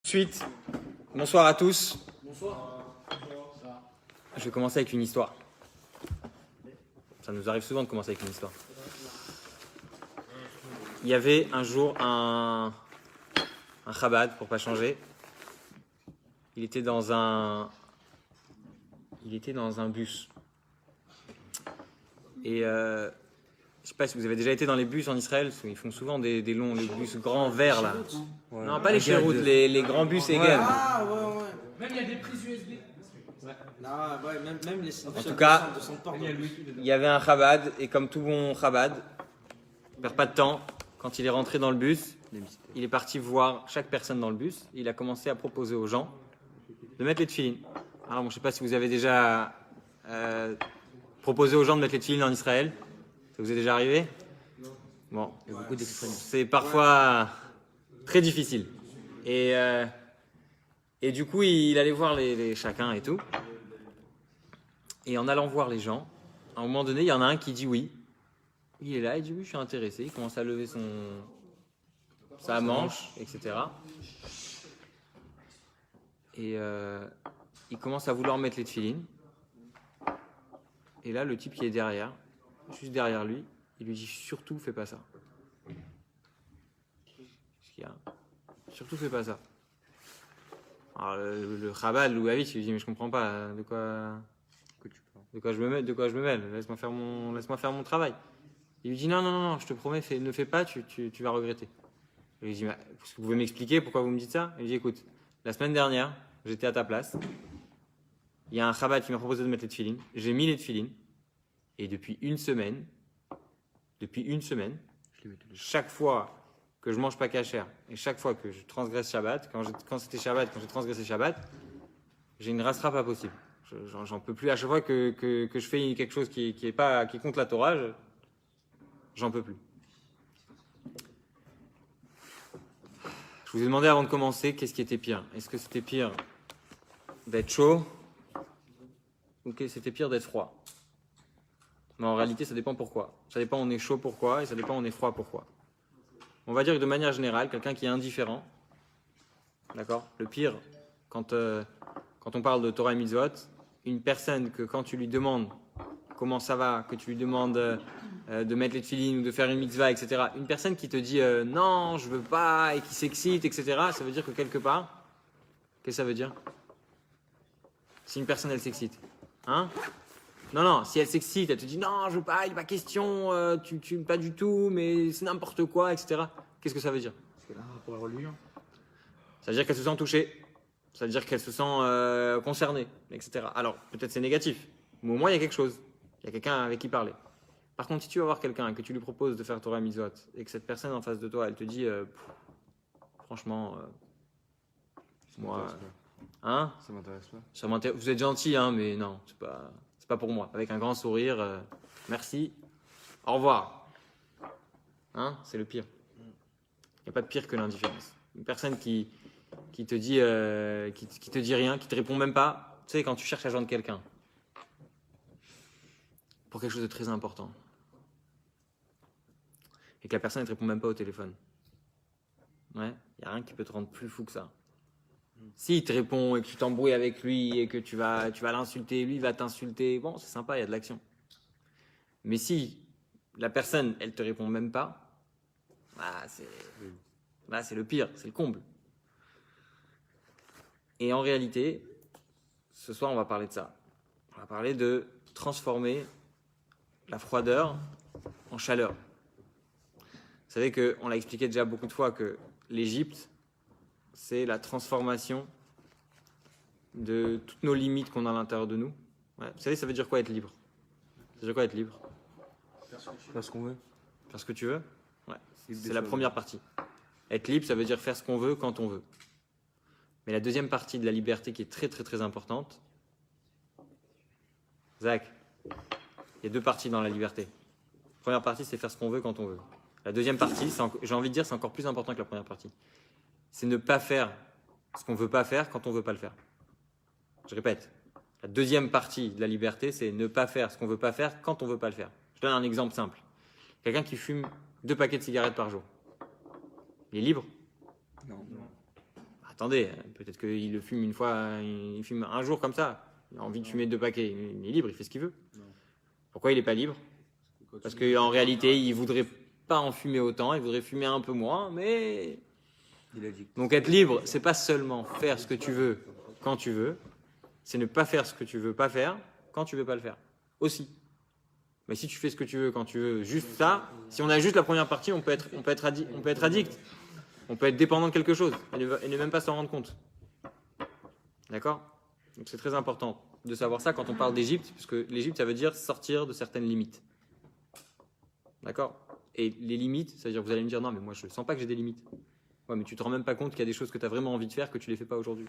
Suite. Bonsoir à tous. Bonsoir. Je vais commencer avec une histoire. Ça nous arrive souvent de commencer avec une histoire. Il y avait un jour un Chabad, pour pas changer. Il était dans un bus. Et je sais pas si vous avez déjà été dans les bus en Israël, ils font souvent des longs, les bus grands verts là. Ouais. Non, pas les chéroutes, les grands bus Egan. Ah ouais. Même il y a des prises USB. Ah ouais, même les En tout cas, de son port. il y avait un Chabad, et comme tout bon Chabad, il perd pas de temps. Quand il est rentré dans le bus, il est parti voir chaque personne dans le bus. Il a commencé à proposer aux gens de mettre les tefilines. Alors, bon, je sais pas si vous avez déjà proposé aux gens de mettre les tefilines en Israël. Ça vous est déjà arrivé? Bon, il y a beaucoup d'extrêmes. C'est parfois très difficile. Et du coup, il allait voir chacun et tout. Et en allant voir les gens, à un moment donné, il y en a un qui dit oui. Il est là, il dit oui, je suis intéressé. Il commence à lever sa manche, etc. Et il commence à vouloir mettre les tefilines. Et là, le type qui est derrière, juste derrière lui, il lui dit surtout, fais pas ça. Qu'est-ce qu'il y a? Surtout, fais pas ça. Alors, le Chabad, Louavitch, il lui dit mais je comprends pas de quoi je me mêle. Laisse-moi faire mon travail. Il lui dit non, je te promets, ne fais pas, tu vas regretter. Il lui dit est-ce que vous pouvez m'expliquer pourquoi vous me dites ça? Il lui dit écoute, la semaine dernière, j'étais à ta place. Il y a un Chabad qui m'a proposé de mettre les tefilines. J'ai mis les tefilines. Et depuis une semaine, chaque fois que je mange pas kasher et chaque fois que je transgresse Shabbat, quand c'était Shabbat, quand j'ai transgressé Shabbat, j'ai une rasra pas possible. J'en peux plus. À chaque fois que je fais quelque chose qui est contre la Torah, j'en peux plus. Je vous ai demandé avant de commencer qu'est-ce qui était pire. Est-ce que c'était pire d'être chaud ou que c'était pire d'être froid? Mais en réalité, ça dépend pourquoi. Ça dépend on est chaud pourquoi et ça dépend on est froid pourquoi. On va dire que de manière générale, quelqu'un qui est indifférent, d'accord? Le pire, quand on parle de Torah et Mitzvot, une personne que quand tu lui demandes comment ça va, que tu lui demandes de mettre les tefilines ou de faire une mitzvah, etc., une personne qui te dit non, je veux pas et qui s'excite, etc., ça veut dire que quelque part, qu'est-ce que ça veut dire? Si une personne elle s'excite, hein? Non, si elle s'excite, elle te dit non, je veux pas, il n'est pas question, tu pas du tout, mais c'est n'importe quoi, etc. Qu'est-ce que ça veut dire? Parce qu'elle a un rapport à la religion. Ça veut dire qu'elle se sent touchée, ça veut dire qu'elle se sent concernée, etc. Alors, peut-être c'est négatif, mais au moins il y a quelque chose, il y a quelqu'un avec qui parler. Par contre, si tu vas voir quelqu'un et que tu lui proposes de faire Torah Mitzvot et que cette personne en face de toi, elle te dit franchement, moi, hein? Ça m'intéresse pas. Vous êtes gentil, hein, mais non, c'est pas pour moi. Avec un grand sourire, merci, au revoir. Hein, c'est le pire. Il n'y a pas de pire que l'indifférence. Une personne qui te dit qui te dit rien, qui te répond même pas. Tu sais, quand tu cherches à joindre quelqu'un pour quelque chose de très important et que la personne ne te répond même pas au téléphone. Ouais, il n'y a rien qui peut te rendre plus fou que ça. S'il te répond et que tu t'embrouilles avec lui et que tu vas l'insulter, lui il va t'insulter, bon, c'est sympa, il y a de l'action. Mais si la personne, elle te répond même pas, c'est le pire, c'est le comble. Et en réalité, ce soir, on va parler de ça. On va parler de transformer la froideur en chaleur. Vous savez qu'on l'a expliqué déjà beaucoup de fois que l'Égypte, c'est la transformation de toutes nos limites qu'on a à l'intérieur de nous. Ouais. Vous savez, ça veut dire quoi être libre? Ça veut dire quoi être libre? Faire ce qu'on veut. Faire ce que tu veux? Ouais. C'est la première partie. Être libre, ça veut dire faire ce qu'on veut quand on veut. Mais la deuxième partie de la liberté qui est très très très importante, Zach, il y a deux parties dans la liberté. La première partie, c'est faire ce qu'on veut quand on veut. La deuxième partie, j'ai envie de dire, c'est encore plus important que la première partie. C'est ne pas faire ce qu'on ne veut pas faire quand on ne veut pas le faire. Je répète, la deuxième partie de la liberté, c'est ne pas faire ce qu'on ne veut pas faire quand on ne veut pas le faire. Je donne un exemple simple. Quelqu'un qui fume 2 paquets de cigarettes par jour, il est libre? Non. Attendez, peut-être qu'il le fume une fois, il fume un jour comme ça. Il a envie de fumer 2 paquets. Il est libre, il fait ce qu'il veut. Non. Pourquoi il n'est pas libre? Parce qu'en réalité, il voudrait pas en fumer autant, il voudrait fumer un peu moins, mais... Il a dit. Donc être libre, c'est pas seulement faire ce que tu veux quand tu veux, c'est ne pas faire ce que tu veux pas faire quand tu veux pas le faire. Aussi. Mais si tu fais ce que tu veux quand tu veux, juste ça, si on a juste la première partie, on peut être addict. On peut être dépendant de quelque chose et ne même pas s'en rendre compte. D'accord? Donc c'est très important de savoir ça quand on parle d'Égypte, puisque l'Égypte, ça veut dire sortir de certaines limites. D'accord? Et les limites, c'est-à-dire que vous allez me dire, non, mais moi je ne sens pas que j'ai des limites. Ouais, mais tu te rends même pas compte qu'il y a des choses que tu as vraiment envie de faire que tu ne les fais pas aujourd'hui.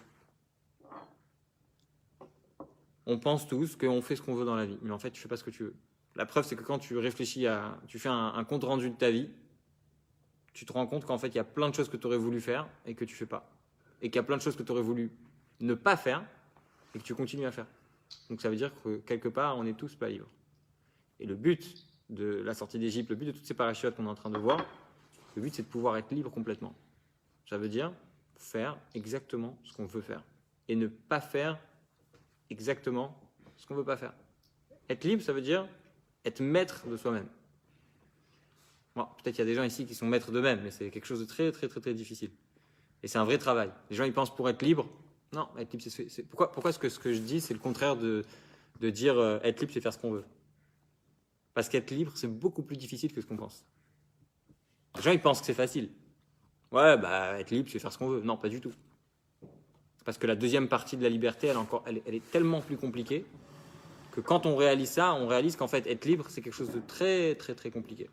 On pense tous qu'on fait ce qu'on veut dans la vie, mais en fait, tu ne fais pas ce que tu veux. La preuve, c'est que quand tu réfléchis tu fais un compte rendu de ta vie, tu te rends compte qu'en fait, il y a plein de choses que tu aurais voulu faire et que tu ne fais pas. Et qu'il y a plein de choses que tu aurais voulu ne pas faire et que tu continues à faire. Donc ça veut dire que quelque part, on n'est tous pas libres. Et le but de la sortie d'Égypte, le but de toutes ces parachutes qu'on est en train de voir, le but, c'est de pouvoir être libre complètement. Ça veut dire faire exactement ce qu'on veut faire et ne pas faire exactement ce qu'on ne veut pas faire. Être libre, ça veut dire être maître de soi-même. Bon, peut-être qu'il y a des gens ici qui sont maîtres d'eux-mêmes, mais c'est quelque chose de très, très, très, très difficile. Et c'est un vrai travail. Les gens, ils pensent pour être libre. Non, être libre, c'est... Pourquoi est-ce que ce que je dis, c'est le contraire de dire être libre, c'est faire ce qu'on veut? Parce qu'être libre, c'est beaucoup plus difficile que ce qu'on pense. Les gens, ils pensent que c'est facile. Ouais, bah, être libre, c'est faire ce qu'on veut. Non, pas du tout. Parce que la deuxième partie de la liberté, elle est tellement plus compliquée que quand on réalise ça, on réalise qu'en fait, être libre, c'est quelque chose de très, très, très compliqué.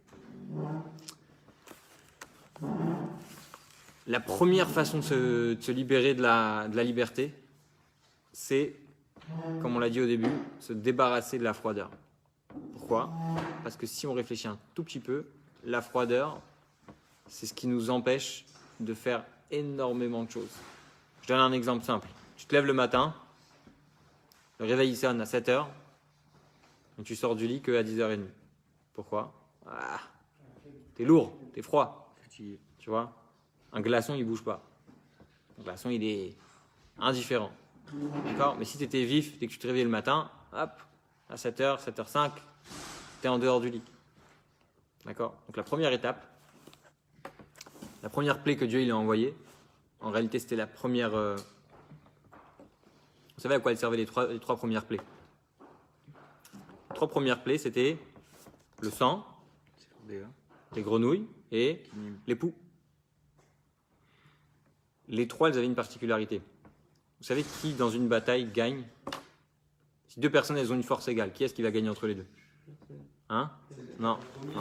La première façon de se libérer de la liberté, c'est, comme on l'a dit au début, se débarrasser de la froideur. Pourquoi? Parce que si on réfléchit un tout petit peu, la froideur, c'est ce qui nous empêche de faire énormément de choses. Je donne un exemple simple. Tu te lèves le matin, le réveil sonne à 7h, et tu sors du lit qu'à 10h30. Pourquoi? T'es lourd, t'es froid. Tu vois? Un glaçon, il bouge pas. Un glaçon, il est indifférent. D'accord? Mais si tu étais vif, dès que tu te réveillais le matin, hop, à 7h, 7h05, tu es en dehors du lit. D'accord? Donc la première étape, la première plaie que Dieu il a envoyée, en réalité c'était la première... Vous savez à quoi elles servaient les trois premières plaies? Les 3 premières plaies, c'était le sang, les grenouilles et les poux. Les 3, elles avaient une particularité. Vous savez qui, dans une bataille, gagne? Si 2 personnes, elles ont une force égale, qui est-ce qui va gagner entre les 2? Hein? Non.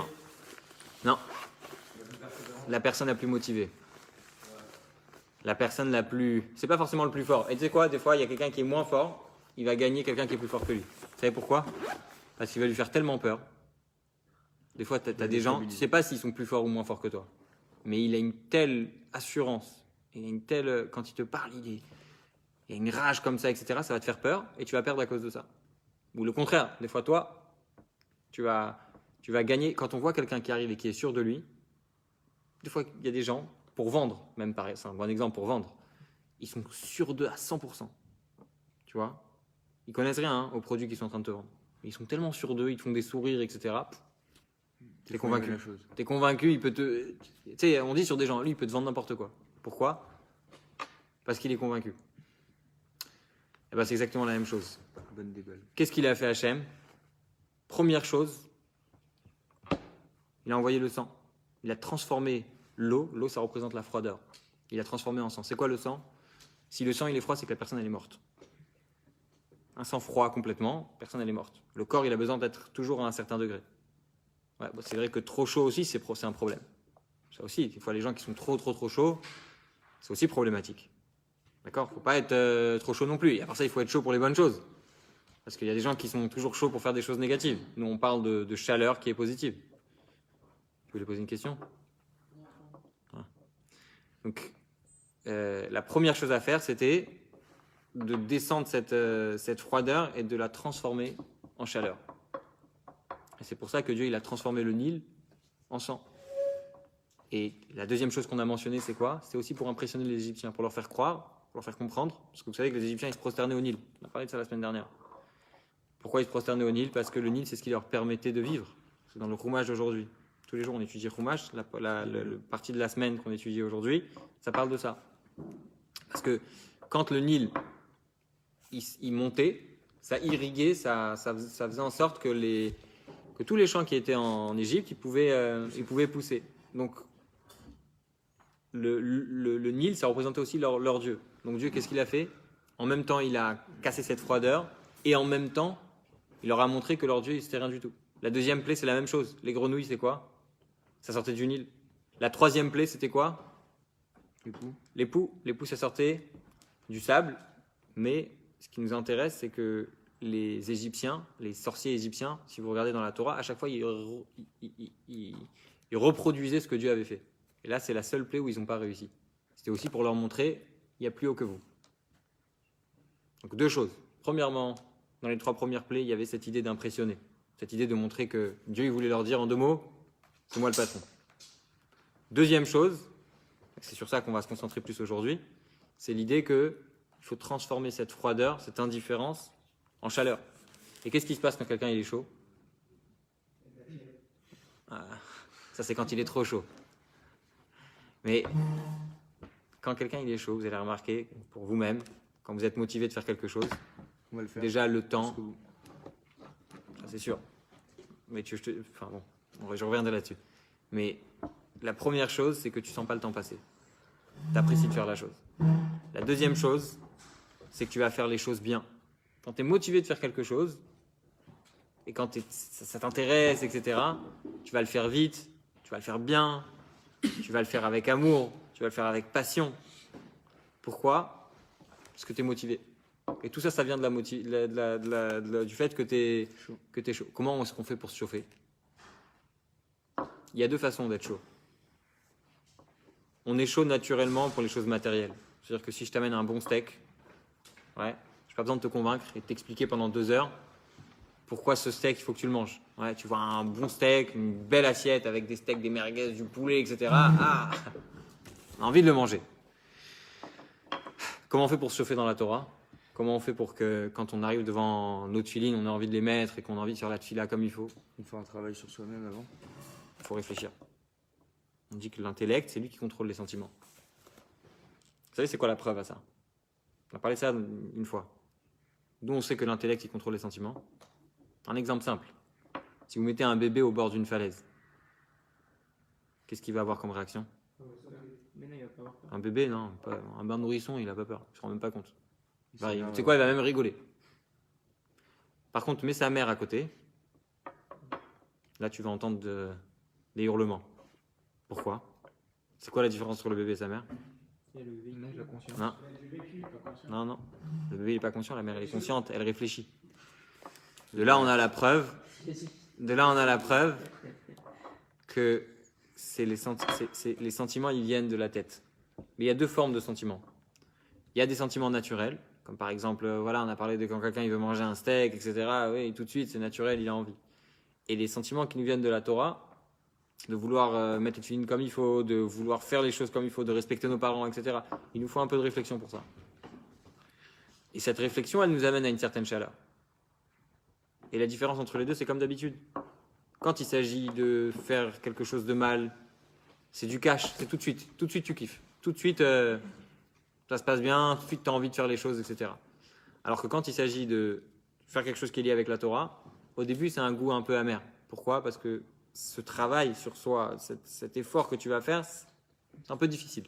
La personne la plus motivée. La personne la plus... C'est pas forcément le plus fort. Et tu sais quoi? Des fois, il y a quelqu'un qui est moins fort, il va gagner quelqu'un qui est plus fort que lui. Vous savez pourquoi? Parce qu'il va lui faire tellement peur. Des fois, tu as des gens, tu sais pas s'ils sont plus forts ou moins forts que toi. Mais il a une telle assurance, il a une telle... Quand il te parle, il y a une rage comme ça, etc. Ça va te faire peur et tu vas perdre à cause de ça. Ou le contraire, des fois, toi, tu vas gagner. Quand on voit quelqu'un qui arrive et qui est sûr de lui, des fois, il y a des gens, pour vendre, même pareil, c'est un bon exemple pour vendre, ils sont sûrs d'eux à 100%. Tu vois? Ils connaissent rien aux produits qu'ils sont en train de te vendre. Ils sont tellement sûrs d'eux, ils te font des sourires, etc. T'es convaincu. T'es convaincu, il peut te... Tu sais, on dit sur des gens, lui, il peut te vendre n'importe quoi. Pourquoi? Parce qu'il est convaincu. Et ben, c'est exactement la même chose. Qu'est-ce qu'il a fait Hachem? Première chose, il a envoyé le sang. Il a transformé l'eau. L'eau, ça représente la froideur. Il a transformé en sang. C'est quoi le sang? Si le sang il est froid, c'est que la personne elle est morte. Un sang froid complètement, personne elle est morte. Le corps, il a besoin d'être toujours à un certain degré. Ouais, bon, c'est vrai que trop chaud aussi, c'est un problème. Ça aussi, des fois les gens qui sont trop chauds, c'est aussi problématique. D'accord? Faut pas être trop chaud non plus. Et à part ça, il faut être chaud pour les bonnes choses. Parce qu'il y a des gens qui sont toujours chauds pour faire des choses négatives. Nous, on parle de chaleur qui est positive. Tu voulais poser une question? Ouais. Donc, la première chose à faire, c'était de descendre cette froideur et de la transformer en chaleur. Et c'est pour ça que Dieu il a transformé le Nil en sang. Et la deuxième chose qu'on a mentionnée, c'est quoi? C'est aussi pour impressionner les Égyptiens, pour leur faire croire, pour leur faire comprendre. Parce que vous savez que les Égyptiens, ils se prosternaient au Nil. On a parlé de ça la semaine dernière. Pourquoi ils se prosternaient au Nil? Parce que le Nil, c'est ce qui leur permettait de vivre. C'est dans le Chumash d'aujourd'hui. Tous les jours, on étudie Chumash. La partie de la semaine qu'on étudie aujourd'hui, ça parle de ça. Parce que quand le Nil il montait, ça irriguait, ça faisait en sorte que tous les champs qui étaient en Égypte, ils pouvaient pousser. Donc, le Nil, ça représentait aussi leur Dieu. Donc Dieu, qu'est-ce qu'il a fait? En même temps, il a cassé cette froideur, et en même temps, il leur a montré que leur Dieu, c'était rien du tout. La deuxième plaie, c'est la même chose. Les grenouilles, c'est quoi? Ça sortait du Nil. La troisième plaie, c'était quoi? Les poux, ça sortait du sable, mais ce qui nous intéresse, c'est que les Égyptiens, les sorciers égyptiens, si vous regardez dans la Torah, à chaque fois, ils reproduisaient ce que Dieu avait fait. Et là, c'est la seule plaie où ils n'ont pas réussi. C'était aussi pour leur montrer, il n'y a plus haut que vous. Donc deux choses. Premièrement, dans les 3 premières plaies, il y avait cette idée d'impressionner. Cette idée de montrer que Dieu il voulait leur dire en 2 mots, c'est moi le patron. Deuxième chose, c'est sur ça qu'on va se concentrer plus aujourd'hui, c'est l'idée qu'il faut transformer cette froideur, cette indifférence, en chaleur. Et qu'est-ce qui se passe quand quelqu'un il est chaud? Ça c'est quand il est trop chaud. Mais quand quelqu'un il est chaud, vous allez remarquer pour vous-même, quand vous êtes motivé de faire quelque chose, On va le faire. déjà le temps, ça, c'est sûr. Mais je reviendrai là-dessus. Mais la première chose, c'est que tu sens pas le temps passer. Tu apprécies de faire la chose. La deuxième chose, c'est que tu vas faire les choses bien. Quand tu es motivé de faire quelque chose, et quand ça t'intéresse, etc., tu vas le faire vite, tu vas le faire bien, tu vas le faire avec amour, tu vas le faire avec passion. Pourquoi? Parce que tu es motivé. Et tout ça, ça vient du fait que tu es chaud. Comment est-ce qu'on fait pour se chauffer? Il y a 2 façons d'être chaud. On est chaud naturellement pour les choses matérielles. C'est-à-dire que si je t'amène un bon steak, je n'ai pas besoin de te convaincre et de t'expliquer pendant 2 heures pourquoi ce steak, il faut que tu le manges. Tu vois un bon steak, une belle assiette avec des steaks, des merguez, du poulet, etc. On a envie de le manger. Comment on fait pour se chauffer dans la Torah? Comment on fait pour que quand on arrive devant nos tefilines, on a envie de les mettre et qu'on a envie de faire la tefila comme il faut? Il faut un travail sur soi-même avant. Il faut réfléchir. On dit que l'intellect, c'est lui qui contrôle les sentiments. Vous savez, c'est quoi la preuve à ça? On a parlé de ça une fois. D'où on sait que l'intellect, il contrôle les sentiments? Un exemple simple. Si vous mettez un bébé au bord d'une falaise, qu'est-ce qu'il va avoir comme réaction? Un bébé, non. Un bain nourrisson, il n'a pas peur. Il ne se rend même pas compte. Tu sais quoi, il va même rigoler. Par contre, mets sa mère à côté. Là, tu vas entendre des hurlements. Pourquoi? C'est quoi la différence entre le bébé et sa mère? Non. Le bébé n'est pas conscient, la mère elle est consciente, elle réfléchit. De là, on a la preuve que les sentiments, ils viennent de la tête. Mais il y a 2 formes de sentiments. Il y a des sentiments naturels, comme par exemple, on a parlé de quand quelqu'un il veut manger un steak, etc. Oui, tout de suite, c'est naturel, il a envie. Et les sentiments qui nous viennent de la Torah, de vouloir mettre les tefilines comme il faut, de vouloir faire les choses comme il faut, de respecter nos parents, etc. Il nous faut un peu de réflexion pour ça. Et cette réflexion, elle nous amène à une certaine chaleur. Et la différence entre les deux, c'est comme d'habitude. Quand il s'agit de faire quelque chose de mal, c'est du cash, c'est tout de suite. Tout de suite, tu kiffes. Tout de suite, ça se passe bien, tout de suite, tu as envie de faire les choses, etc. Alors que quand il s'agit de faire quelque chose qui est lié avec la Torah, au début, c'est un goût un peu amer. Pourquoi? Parce que ce travail sur soi, cet effort que tu vas faire, c'est un peu difficile.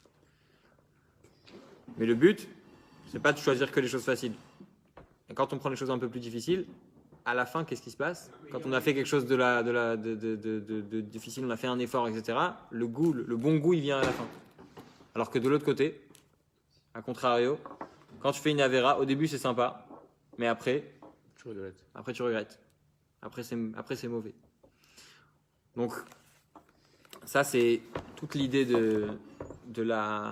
Mais le but, c'est pas de choisir que les choses faciles. Et quand on prend les choses un peu plus difficiles, à la fin, qu'est-ce qui se passe? Quand on a fait quelque chose de difficile, on a fait un effort, etc., le bon goût, il vient à la fin. Alors que de l'autre côté, à contrario, quand tu fais une avéra, au début, c'est sympa, mais après, tu regrettes. Après, c'est mauvais. Donc, ça, c'est toute l'idée de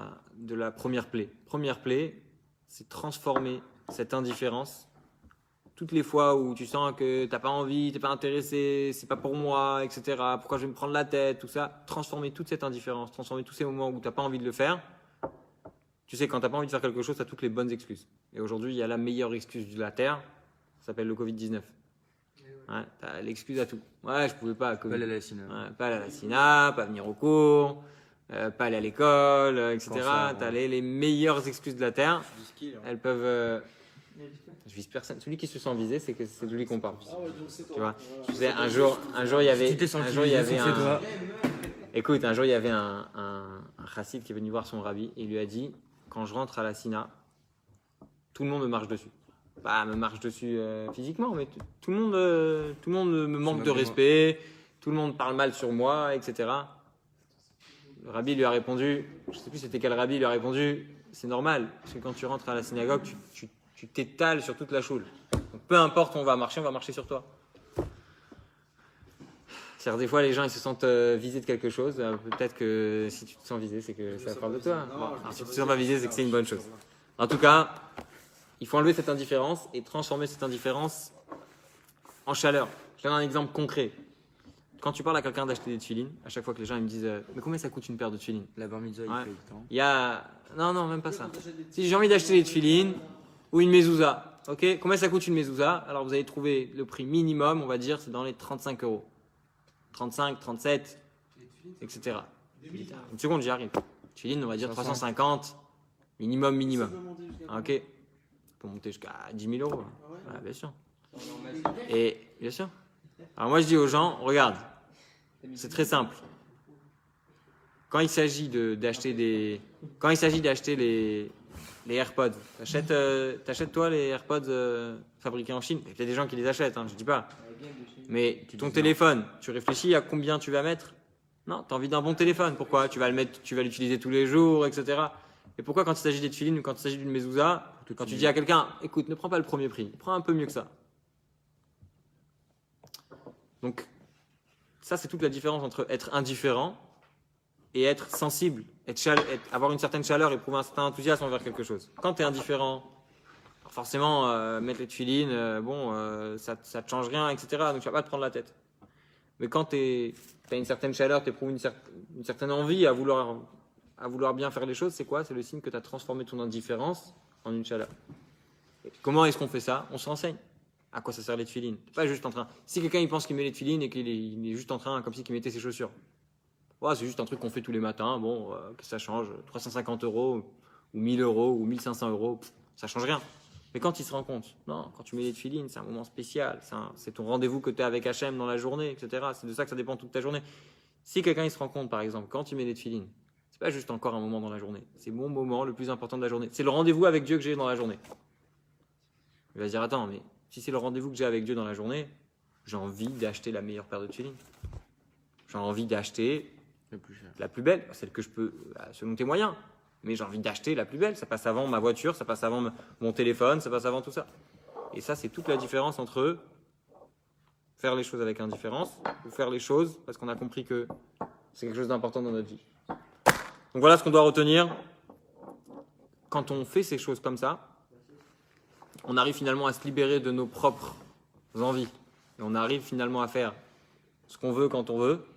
la première plaie. Première plaie, c'est transformer cette indifférence toutes les fois où tu sens que t'as pas envie, t'es pas intéressé, c'est pas pour moi, etc. Pourquoi je vais me prendre la tête, tout ça. Transformer toute cette indifférence, transformer tous ces moments où t'as pas envie de le faire. Tu sais, quand t'as pas envie de faire quelque chose, t'as toutes les bonnes excuses. Et aujourd'hui, il y a la meilleure excuse de la Terre, ça s'appelle le Covid-19. Ouais, t'as l'excuse à tout. Ouais, je pouvais pas. Pas aller à la Sina. Ouais, pas aller à la Sina, pas venir au cours, pas aller à l'école, etc. Cancer, T'as les meilleures excuses de la Terre. Du ski, là. Elles peuvent. Je vise personne. Celui qui se sent visé, c'est que c'est de lui qu'on parle. Ah ouais, donc c'est toi. Tu vois. Voilà. Tu sais, un jour, il y avait. Tu t'es senti Un jour, il y avait visé, c'est toi. Écoute, un jour, il y avait un chassid qui est venu voir son rabbi et il lui a dit, quand je rentre à la Sina, tout le monde me marche dessus. Pas me marche dessus physiquement, mais tout le monde me manque de respect, tout le monde parle mal sur moi, etc. Le rabbi lui a répondu, je ne sais plus c'était quel rabbi, il lui a répondu, c'est normal, parce que quand tu rentres à la synagogue, tu t'étales sur toute la choule. Donc, peu importe où on va marcher sur toi. C'est-à-dire, des fois, les gens ils se sentent visés de quelque chose. Peut-être que si tu te sens visé, c'est que ça parle de toi. Bon, alors, si tu te sens pas visé, c'est que c'est une bonne chose. En tout cas, il faut enlever cette indifférence et transformer cette indifférence en chaleur. Je donne un exemple concret. Quand tu parles à quelqu'un d'acheter des tefilines, à chaque fois que les gens ils me disent mais combien ça coûte une paire de tefilines? La bar mitzvah, Ouais. il fait le temps. Il y a non même pas ça. Si j'ai envie d'acheter des tefilines ou une mezouza, ok? Combien ça coûte une mezouza? Alors vous allez trouver le prix minimum, on va dire, c'est dans les 35 €. 35, 37, etc. Une seconde, j'y arrive. Tefilines, on va dire 350, minimum. Ok? Peut monter jusqu'à 10 000 €. Voilà, bien sûr. Et bien sûr. Alors moi je dis aux gens, regarde, c'est très simple. Quand il s'agit d'acheter les AirPods, t'achètes toi les AirPods fabriqués en Chine. Il y a peut-être des gens qui les achètent, hein, je dis pas. Mais ton téléphone, tu réfléchis à combien tu vas mettre? Non, tu as envie d'un bon téléphone. Pourquoi? Tu vas l'utiliser tous les jours, etc. Et pourquoi quand il s'agit des tefilines ou quand il s'agit d'une mezouza, quand tu dis à quelqu'un, écoute, ne prends pas le premier prix, prends un peu mieux que ça. Donc, ça c'est toute la différence entre être indifférent et être sensible, avoir une certaine chaleur, éprouver un certain enthousiasme envers quelque chose. Quand tu es indifférent, forcément, mettre les tefilines, ça te change rien, etc. Donc tu vas pas te prendre la tête. Mais quand tu as une certaine chaleur, tu éprouves une certaine envie à vouloir bien faire les choses, c'est quoi? C'est le signe que tu as transformé ton indifférence en une chaleur. Et comment est-ce qu'on fait ça? On se renseigne. À quoi ça sert les tefilines? T'es pas juste en train. Si quelqu'un il pense qu'il met les tefilines et qu'il est juste en train, comme si qu'il mettait ses chaussures. Ouais, c'est juste un truc qu'on fait tous les matins. Bon, que ça change. 350 € ou 1000 € ou 1500 €, ça change rien. Mais quand il se rend compte, non, quand tu mets les tefilines, c'est un moment spécial. C'est ton rendez-vous que tu as avec Hachem dans la journée, etc. C'est de ça que ça dépend toute ta journée. Si quelqu'un il se rend compte, par exemple, quand il met les tefilines, c'est pas juste encore un moment dans la journée. C'est mon moment le plus important de la journée. C'est le rendez-vous avec Dieu que j'ai dans la journée. Il va se dire, attends, mais si c'est le rendez-vous que j'ai avec Dieu dans la journée, j'ai envie d'acheter la meilleure paire de tefilines. J'ai envie d'acheter la plus belle, celle que je peux, selon tes moyens. Mais j'ai envie d'acheter la plus belle. Ça passe avant ma voiture, ça passe avant mon téléphone, ça passe avant tout ça. Et ça, c'est toute la différence entre faire les choses avec indifférence ou faire les choses parce qu'on a compris que c'est quelque chose d'important dans notre vie. Donc voilà ce qu'on doit retenir. Quand on fait ces choses comme ça, on arrive finalement à se libérer de nos propres envies. Et on arrive finalement à faire ce qu'on veut quand on veut